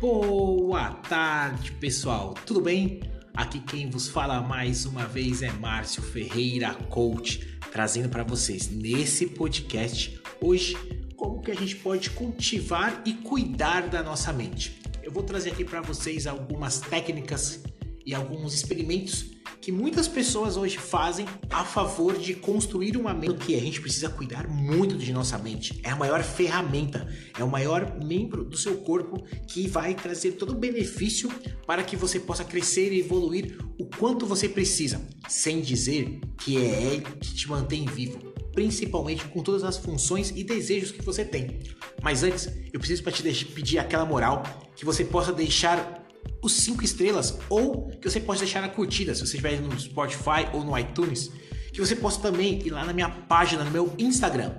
Boa tarde, pessoal. Tudo bem? Aqui quem vos fala mais uma vez é Márcio Ferreira, coach, trazendo para vocês nesse podcast hoje como que a gente pode cultivar e cuidar da nossa mente. Eu vou trazer aqui para vocês algumas técnicas e alguns experimentos que muitas pessoas hoje fazem a favor de construir uma mente. Que a gente precisa cuidar muito de nossa mente. É a maior ferramenta, é o maior membro do seu corpo que vai trazer todo o benefício para que você possa crescer e evoluir o quanto você precisa, sem dizer que é ele que te mantém vivo, principalmente com todas as funções e desejos que você tem. Mas antes, eu preciso para te pedir aquela moral que você possa deixar os 5 estrelas ou que você possa deixar a curtida, se você estiver no Spotify ou no iTunes, que você possa também ir lá na minha página, no meu Instagram,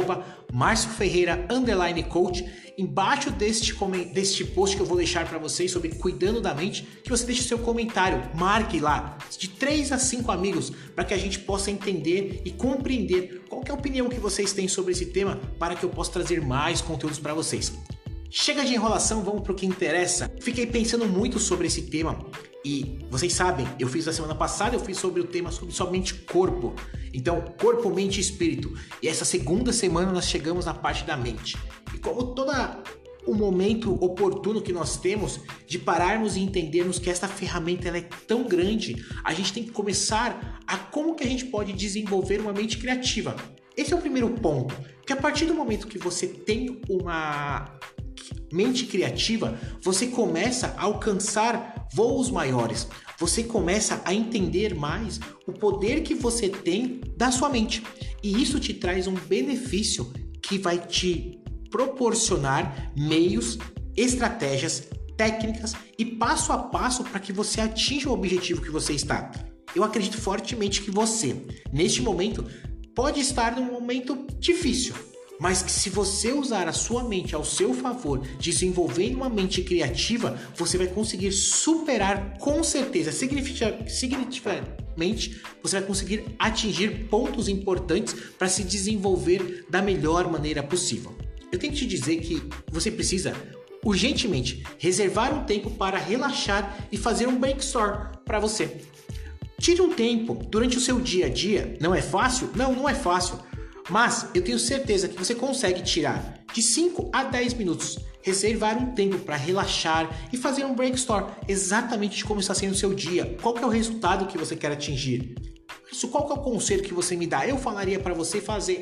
@MárcioFerreira_coach, embaixo deste post que eu vou deixar para vocês sobre cuidando da mente, que você deixe seu comentário, marque lá, de 3 a 5 amigos, para que a gente possa entender e compreender qual que é a opinião que vocês têm sobre esse tema, para que eu possa trazer mais conteúdos para vocês. Chega de enrolação, vamos para o que interessa. Fiquei pensando muito sobre esse tema e vocês sabem, eu fiz na semana passada, eu fiz sobre o tema sobre somente corpo. Então, corpo, mente e espírito. E essa segunda semana nós chegamos na parte da mente. E como todo o momento oportuno que nós temos de pararmos e entendermos que essa ferramenta ela é tão grande, a gente tem que começar a como que a gente pode desenvolver uma mente criativa. Esse é o primeiro ponto, que a partir do momento que você tem uma mente criativa, você começa a alcançar voos maiores, você começa a entender mais o poder que você tem da sua mente, e isso te traz um benefício que vai te proporcionar meios, estratégias, técnicas e passo a passo para que você atinja o objetivo que você está. Eu acredito fortemente que você, neste momento, pode estar num momento difícil, mas que se você usar a sua mente ao seu favor, desenvolvendo uma mente criativa, você vai conseguir superar com certeza, significativamente, você vai conseguir atingir pontos importantes para se desenvolver da melhor maneira possível. Eu tenho que te dizer que você precisa urgentemente reservar um tempo para relaxar e fazer um brainstorm para você. Tire um tempo durante o seu dia a dia. Não é fácil? Não é fácil. Mas eu tenho certeza que você consegue tirar de 5 a 10 minutos, reservar um tempo para relaxar e fazer um brainstorm exatamente de como está sendo o seu dia, qual que é o resultado que você quer atingir. Isso, qual que é o conselho que você me dá? Eu falaria para você fazer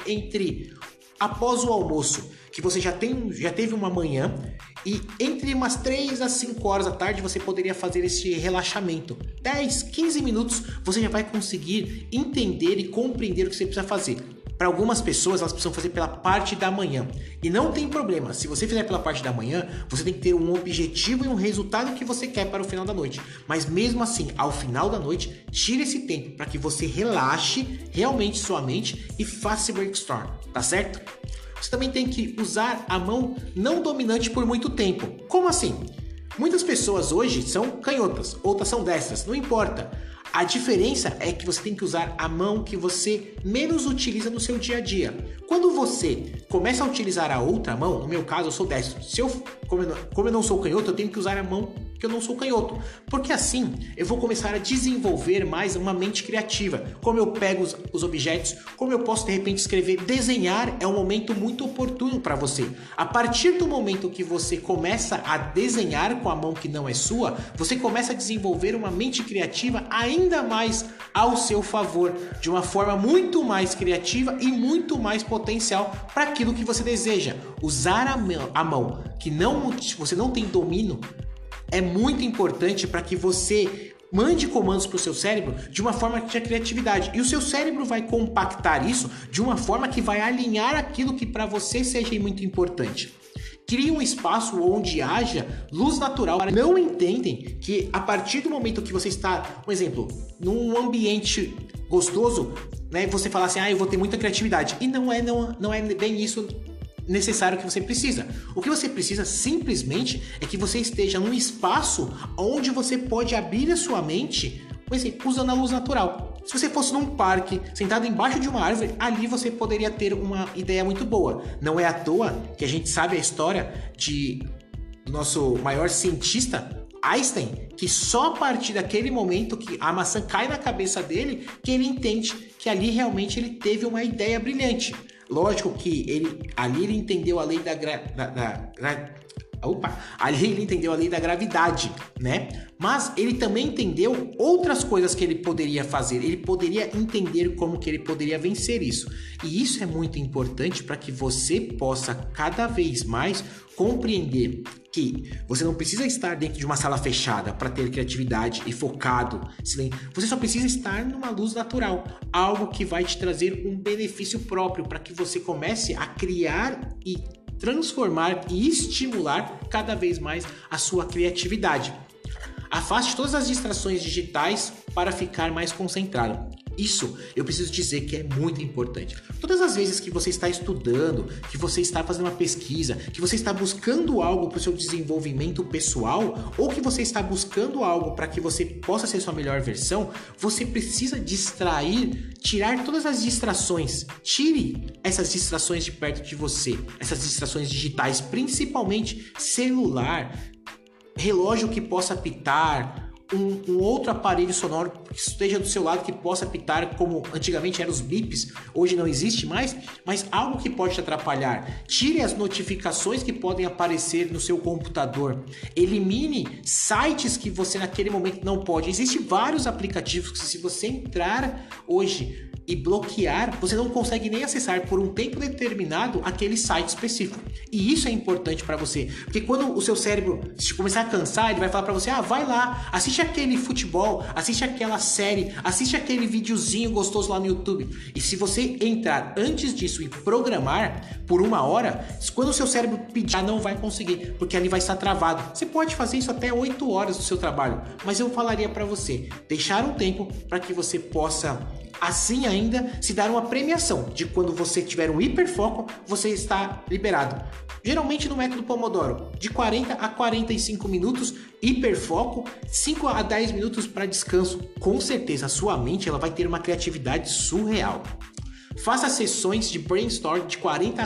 após o almoço, que você já teve uma manhã, e entre umas 3 a 5 horas da tarde você poderia fazer esse relaxamento. 10, 15 minutos você já vai conseguir entender e compreender o que você precisa fazer. Para algumas pessoas, elas precisam fazer pela parte da manhã. E não tem problema, se você fizer pela parte da manhã, você tem que ter um objetivo e um resultado que você quer para o final da noite. Mas mesmo assim, ao final da noite, tire esse tempo para que você relaxe realmente sua mente e faça esse brainstorm, tá certo? Você também tem que usar a mão não dominante por muito tempo. Como assim? Muitas pessoas hoje são canhotas, outras são destras, não importa. A diferença é que você tem que usar a mão que você menos utiliza no seu dia a dia. Quando você começa a utilizar a outra mão, no meu caso eu sou destro, como eu não sou canhoto, eu tenho que usar a mão que eu não sou canhoto, porque assim eu vou começar a desenvolver mais uma mente criativa, como eu pego os objetos, como eu posso de repente escrever, desenhar é um momento muito oportuno para você. A partir do momento que você começa a desenhar com a mão que não é sua, você começa a desenvolver uma mente criativa ainda mais ao seu favor, de uma forma muito mais criativa e muito mais potencial para aquilo que você deseja. Usar a mão que você não tem domínio é muito importante para que você mande comandos para o seu cérebro de uma forma que tenha criatividade. E o seu cérebro vai compactar isso de uma forma que vai alinhar aquilo que para você seja muito importante. Crie um espaço onde haja luz natural. Não entendem que a partir do momento que você está, por exemplo, num ambiente gostoso, né, você fala assim, eu vou ter muita criatividade. E não é bem isso necessário que você precisa. O que você precisa simplesmente é que você esteja num espaço onde você pode abrir a sua mente, por exemplo, usando a luz natural. Se você fosse num parque, sentado embaixo de uma árvore, ali você poderia ter uma ideia muito boa. Não é à toa que a gente sabe a história de do nosso maior cientista, Einstein, que só a partir daquele momento que a maçã cai na cabeça dele, que ele entende que ali realmente ele teve uma ideia brilhante. Lógico que ali ele entendeu a lei ali ele entendeu a lei da gravidade, né? Mas ele também entendeu outras coisas que ele poderia fazer. Ele poderia entender como que ele poderia vencer isso. E isso é muito importante para que você possa cada vez mais compreender que você não precisa estar dentro de uma sala fechada para ter criatividade e focado. Você só precisa estar numa luz natural, algo que vai te trazer um benefício próprio para que você comece a criar e transformar e estimular cada vez mais a sua criatividade. Afaste todas as distrações digitais para ficar mais concentrado. Isso eu preciso dizer que é muito importante. Todas as vezes que você está estudando, que você está fazendo uma pesquisa, que você está buscando algo para o seu desenvolvimento pessoal, ou que você está buscando algo para que você possa ser sua melhor versão, você precisa tirar todas as distrações. Tire essas distrações de perto de você, essas distrações digitais, principalmente celular, relógio que possa apitar, um outro aparelho sonoro que esteja do seu lado que possa apitar, como antigamente eram os bips, hoje não existe mais, mas algo que pode te atrapalhar. Tire as notificações que podem aparecer no seu computador. Elimine sites que você naquele momento não pode. Existem vários aplicativos que, se você entrar hoje e bloquear, você não consegue nem acessar por um tempo determinado aquele site específico. E isso é importante para você, porque quando o seu cérebro começar a cansar, ele vai falar para você: vai lá, assiste aquele futebol, assiste aquela série, assiste aquele videozinho gostoso lá no YouTube. E se você entrar antes disso e programar por 1 hora, quando o seu cérebro pedir, não vai conseguir, porque ali vai estar travado. Você pode fazer isso até 8 horas do seu trabalho, mas eu falaria para você deixar um tempo para que você possa assim ainda se dar uma premiação de quando você tiver um hiperfoco, você está liberado. Geralmente no método Pomodoro, de 40 a 45 minutos, hiperfoco, 5 a 10 minutos para descanso. Com certeza a sua mente ela vai ter uma criatividade surreal. Faça sessões de brainstorm de 40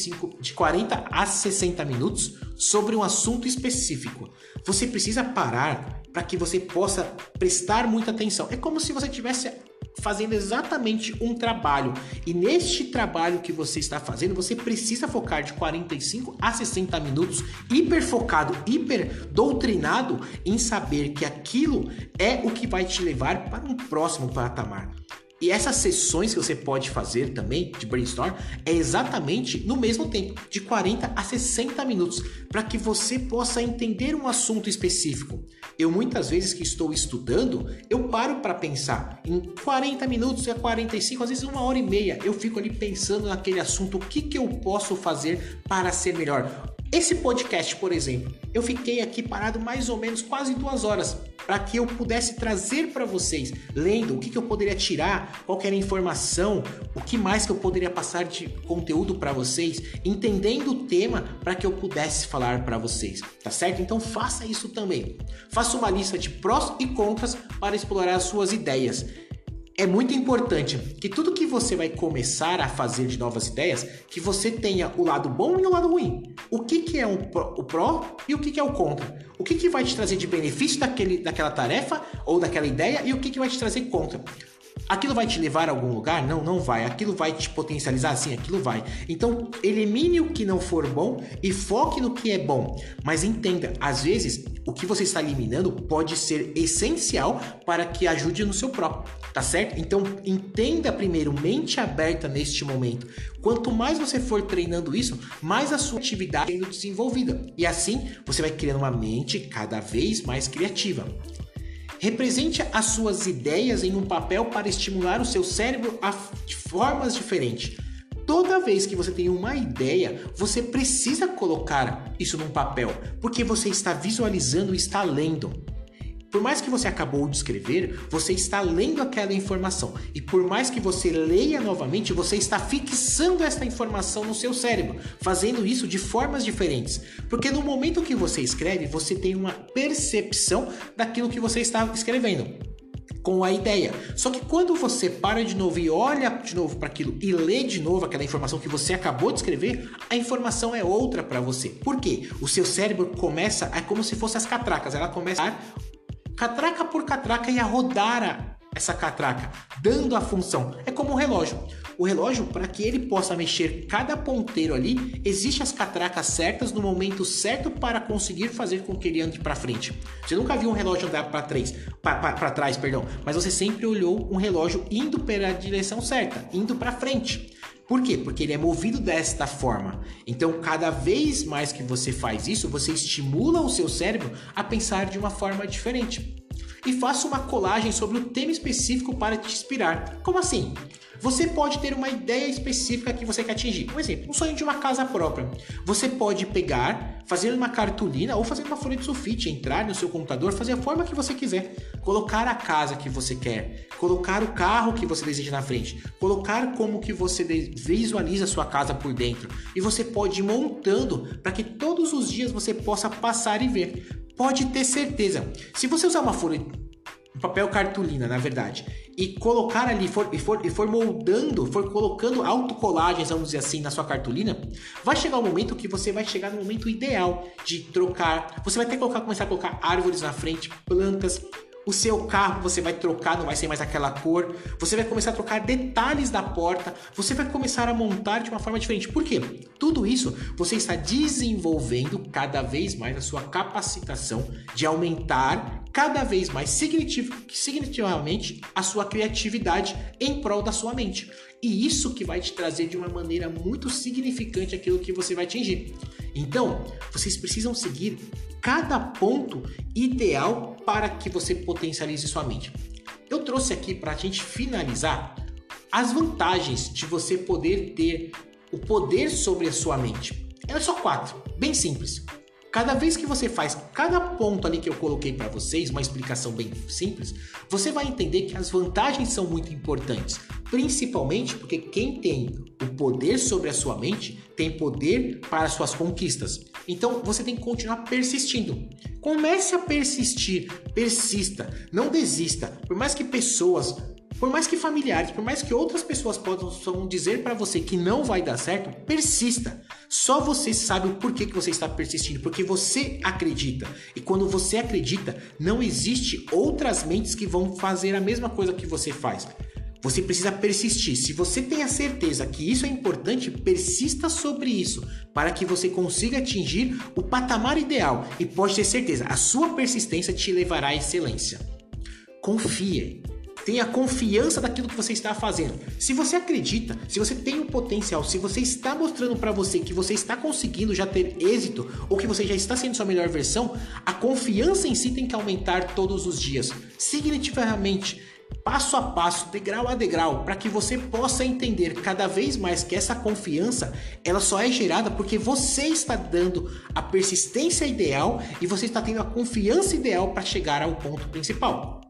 a 60 minutos sobre um assunto específico. Você precisa parar para que você possa prestar muita atenção. É como se você tivesse fazendo exatamente um trabalho, e neste trabalho que você está fazendo, você precisa focar de 45 a 60 minutos, hiper focado, hiper doutrinado em saber que aquilo é o que vai te levar para um próximo patamar. E essas sessões que você pode fazer também de brainstorm é exatamente no mesmo tempo, de 40 a 60 minutos, para que você possa entender um assunto específico. Eu muitas vezes que estou estudando, eu paro para pensar em 40 minutos a 45, às vezes 1h30, eu fico ali pensando naquele assunto, o que eu posso fazer para ser melhor. Esse podcast, por exemplo, eu fiquei aqui parado mais ou menos quase 2 horas para que eu pudesse trazer para vocês, lendo o que eu poderia tirar, qual era a informação, o que mais que eu poderia passar de conteúdo para vocês, entendendo o tema para que eu pudesse falar para vocês, tá certo? Então faça isso também. Faça uma lista de prós e contras para explorar as suas ideias. É muito importante que tudo que você vai começar a fazer de novas ideias, que você tenha o lado bom e o lado ruim. O que é o pró e o que é o contra. O que vai te trazer de benefício daquela tarefa ou daquela ideia e o que vai te trazer contra. Aquilo vai te levar a algum lugar? Não, não vai. Aquilo vai te potencializar? Sim, aquilo vai. Então, elimine o que não for bom e foque no que é bom. Mas entenda, às vezes, o que você está eliminando pode ser essencial para que ajude no seu próprio, tá certo? Então, entenda primeiro, mente aberta neste momento. Quanto mais você for treinando isso, mais a sua atividade sendo desenvolvida. E assim, você vai criando uma mente cada vez mais criativa. Represente as suas ideias em um papel para estimular o seu cérebro de formas diferentes. Toda vez que você tem uma ideia, você precisa colocar isso num papel, porque você está visualizando e está lendo. Por mais que você acabou de escrever, você está lendo aquela informação. E por mais que você leia novamente, você está fixando essa informação no seu cérebro, fazendo isso de formas diferentes. Porque no momento que você escreve, você tem uma percepção daquilo que você está escrevendo. com a ideia. Só que quando você para de novo e olha de novo para aquilo e lê de novo aquela informação que você acabou de escrever, a informação é outra para você. Por quê? O seu cérebro começa, é como se fossem as catracas, ela começa a catraca por catraca e a rodar essa catraca, dando a função. É como um relógio. O relógio, para que ele possa mexer cada ponteiro ali, existem as catracas certas no momento certo para conseguir fazer com que ele ande para frente. Você nunca viu um relógio andar para trás, mas você sempre olhou um relógio indo pela direção certa, indo para frente. Por quê? Porque ele é movido desta forma. Então, cada vez mais que você faz isso, você estimula o seu cérebro a pensar de uma forma diferente. E faça uma colagem sobre o tema específico para te inspirar. Como assim? Você pode ter uma ideia específica que você quer atingir. Um exemplo, um sonho de uma casa própria. Você pode pegar, fazer uma cartolina ou fazer uma folha de sulfite, entrar no seu computador, fazer a forma que você quiser. Colocar a casa que você quer, colocar o carro que você deseja na frente, colocar como que você visualiza a sua casa por dentro. E você pode ir montando para que todos os dias você possa passar e ver. Pode ter certeza, se você usar uma folha, um papel cartolina, na verdade, e colocar ali, for moldando, for colocando autocolagens, vamos dizer assim, na sua cartolina, vai chegar um momento que você vai chegar no momento ideal de trocar. Você vai ter que começar a colocar árvores na frente, plantas. O seu carro você vai trocar, não vai ser mais aquela cor. Você vai começar a trocar detalhes da porta. Você vai começar a montar de uma forma diferente. Por quê? Tudo isso você está desenvolvendo cada vez mais a sua capacitação de aumentar cada vez mais significativamente a sua criatividade em prol da sua mente. E isso que vai te trazer de uma maneira muito significante aquilo que você vai atingir. Então, vocês precisam seguir cada ponto ideal para que você potencialize sua mente. Eu trouxe aqui para a gente finalizar as vantagens de você poder ter o poder sobre a sua mente. É só 4, bem simples. Cada vez que você faz cada ponto ali que eu coloquei para vocês, uma explicação bem simples, você vai entender que as vantagens são muito importantes, principalmente porque quem tem o poder sobre a sua mente tem poder para as suas conquistas. Então você tem que continuar persistindo. Comece a persistir, persista, não desista. Por mais que pessoas, por mais que familiares, por mais que outras pessoas possam dizer para você que não vai dar certo, persista. Só você sabe o porquê que você está persistindo, porque você acredita. E quando você acredita, não existe outras mentes que vão fazer a mesma coisa que você faz. Você precisa persistir. Se você tem a certeza que isso é importante, persista sobre isso, para que você consiga atingir o patamar ideal. E pode ter certeza, a sua persistência te levará à excelência. Confie. Tenha confiança daquilo que você está fazendo. Se você acredita, se você tem um potencial, se você está mostrando para você que você está conseguindo já ter êxito ou que você já está sendo sua melhor versão, a confiança em si tem que aumentar todos os dias, significativamente, passo a passo, degrau a degrau, para que você possa entender cada vez mais que essa confiança, ela só é gerada porque você está dando a persistência ideal e você está tendo a confiança ideal para chegar ao ponto principal.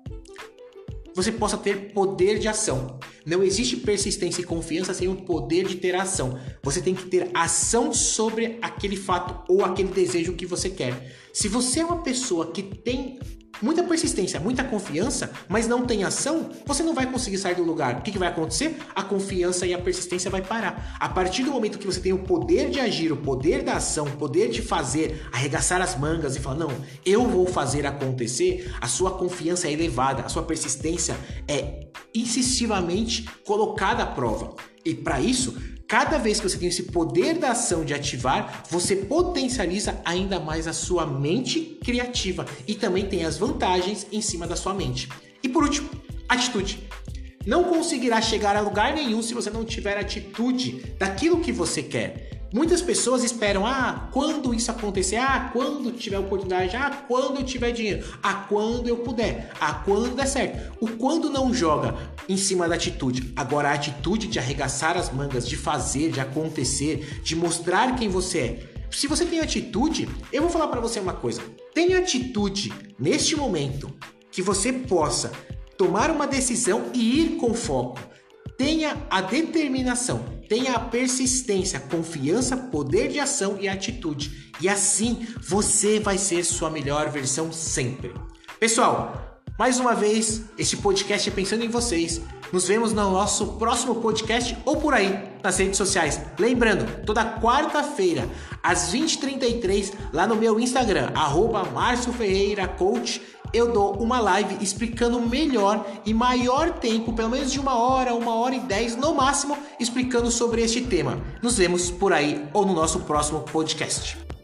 Você possa ter poder de ação. Não existe persistência e confiança sem o poder de ter ação. Você tem que ter ação sobre aquele fato ou aquele desejo que você quer. Se você é uma pessoa que tem muita persistência, muita confiança, mas não tem ação, você não vai conseguir sair do lugar. O que vai acontecer? A confiança e a persistência vai parar. A partir do momento que você tem o poder de agir, o poder da ação, o poder de fazer, arregaçar as mangas e falar, não, eu vou fazer acontecer, a sua confiança é elevada, a sua persistência é insistivamente colocada à prova. E para isso, cada vez que você tem esse poder da ação de ativar, você potencializa ainda mais a sua mente criativa e também tem as vantagens em cima da sua mente. E por último, atitude. Não conseguirá chegar a lugar nenhum se você não tiver atitude daquilo que você quer. Muitas pessoas esperam, quando isso acontecer, quando tiver oportunidade, quando eu tiver dinheiro, quando eu puder, quando der certo. O quando não joga em cima da atitude. Agora a atitude de arregaçar as mangas, de fazer, de acontecer, de mostrar quem você é. Se você tem atitude, eu vou falar para você uma coisa. Tenha atitude neste momento que você possa tomar uma decisão e ir com foco. Tenha a determinação, tenha a persistência, confiança, poder de ação e atitude. E assim você vai ser sua melhor versão sempre. Pessoal, Mais uma vez, este podcast é pensando em vocês. Nos vemos no nosso próximo podcast ou por aí, nas redes sociais. Lembrando, toda quarta-feira, às 20h33, lá no meu Instagram, @MárcioFerreiraCoach, eu dou uma live explicando melhor e maior tempo, pelo menos de 1h e 10 no máximo, explicando sobre este tema. Nos vemos por aí ou no nosso próximo podcast.